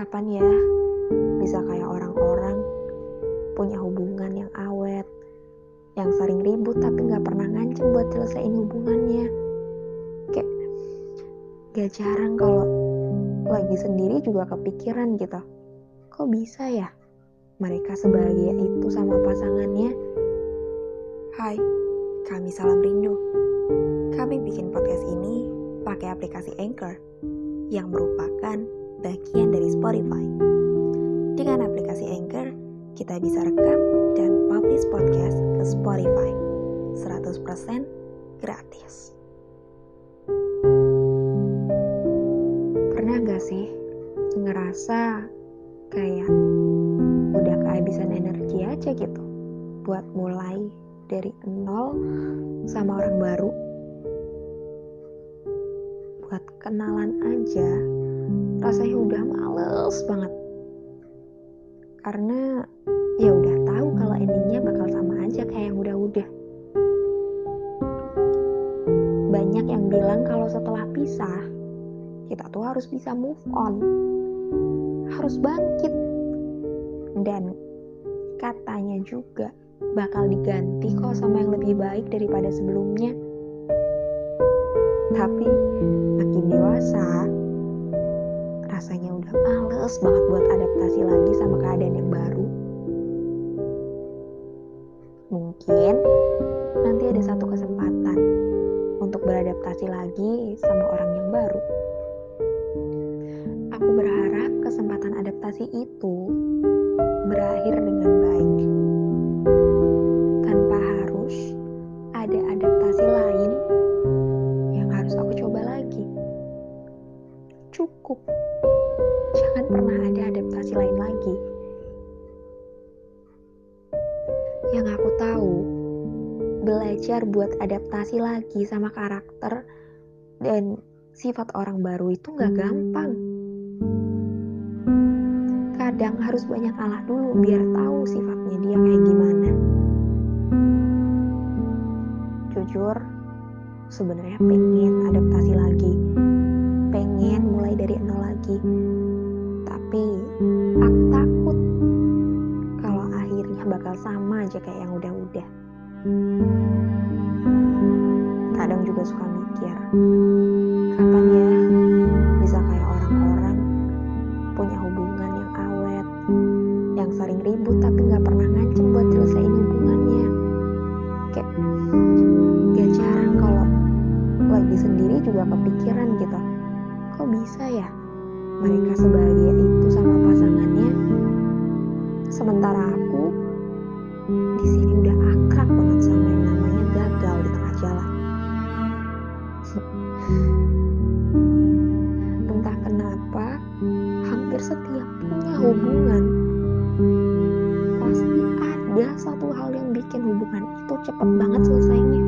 Kapan ya bisa kayak orang-orang punya hubungan yang awet, yang sering ribut tapi gak pernah ngancem buat selesaiin hubungannya. Kayak gak jarang kalau lagi sendiri juga kepikiran gitu, kok bisa ya mereka sebahagia itu sama pasangannya. Hai, kami Salam Rindu. Kami bikin podcast ini pakai aplikasi Anchor yang merupakan bagian dari Spotify. Dengan aplikasi Anchor, kita bisa rekam dan publish podcast ke Spotify 100% gratis. Pernah gak sih ngerasa kayak udah kehabisan energi aja gitu buat mulai dari nol sama orang baru? Buat kenalan aja rasanya udah males banget, karena ya udah tahu kalau endingnya bakal sama aja kayak yang udah-udah. Banyak yang bilang kalau setelah pisah kita tuh harus bisa move on, harus bangkit, dan katanya juga bakal diganti kok sama yang lebih baik daripada sebelumnya. Tapi makin dewasa, rasanya udah males banget buat adaptasi lagi sama keadaan yang baru. Mungkin nanti ada satu kesempatan untuk beradaptasi lagi sama orang yang baru. Aku berharap kesempatan adaptasi itu berakhir dengan baik, tanpa harus ada adaptasi lain yang harus aku coba lagi. Cukup, jangan pernah ada adaptasi lain lagi. Yang aku tahu, belajar buat adaptasi lagi sama karakter dan sifat orang baru itu gak gampang. Kadang harus banyak ngalah dulu biar tahu sifatnya dia kayak gimana. Jujur, sebenarnya pengen adaptasi lagi, pengen mulai dari nol lagi. Tapi aku takut kalau akhirnya bakal sama aja kayak yang udah-udah. Kadang juga suka mikir, kapan ya bisa kayak orang-orang punya hubungan yang awet, yang sering ribut tapi gak pernah ngancem buat selesaiin hubungannya. Kayak gak jarang kalau lagi sendiri juga kepikiran gitu, kok bisa ya mereka sebahagia itu sama pasangannya, sementara aku di sini udah akrab banget sama yang namanya gagal di tengah jalan. Entah kenapa hampir setiap punya hubungan pasti ada satu hal yang bikin hubungan itu cepet banget selesainya.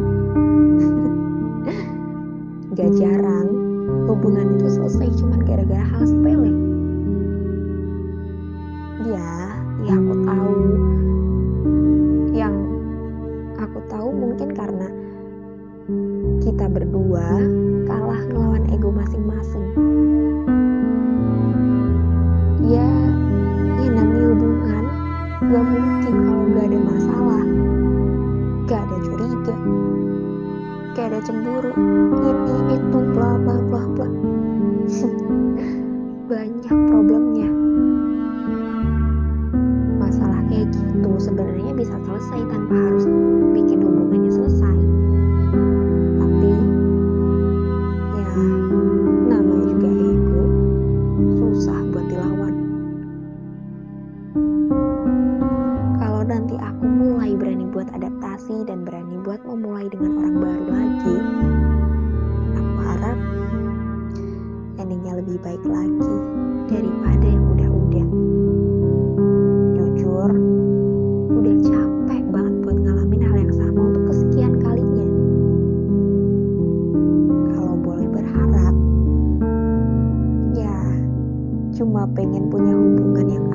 Gak jarang hubungan itu selesai cuman gara-gara hal sepele. Ya aku tahu. Yang aku tahu mungkin karena kita berdua kalah ngelawan ego masing-masing. Ya namanya hubungan gak mungkin kalau gak ada masalah, gak ada curiga, gak ada cemburu, ini itu bla bla bla bla. Banyak problemnya. Masalah kayak gitu sebenarnya bisa selesai tanpa harus bikin hubungannya selesai. Tapi ya namanya juga ego, susah buat dilawan. Kalau nanti aku mulai berani buat adaptasi dan berani buat memulai dengan orang baru lagi, aku harap endingnya lebih baik lagi daripada yang udah-udah. Jujur, udah capek banget buat ngalamin hal yang sama untuk kesekian kalinya. Kalau boleh berharap, ya cuma pengen punya hubungan yang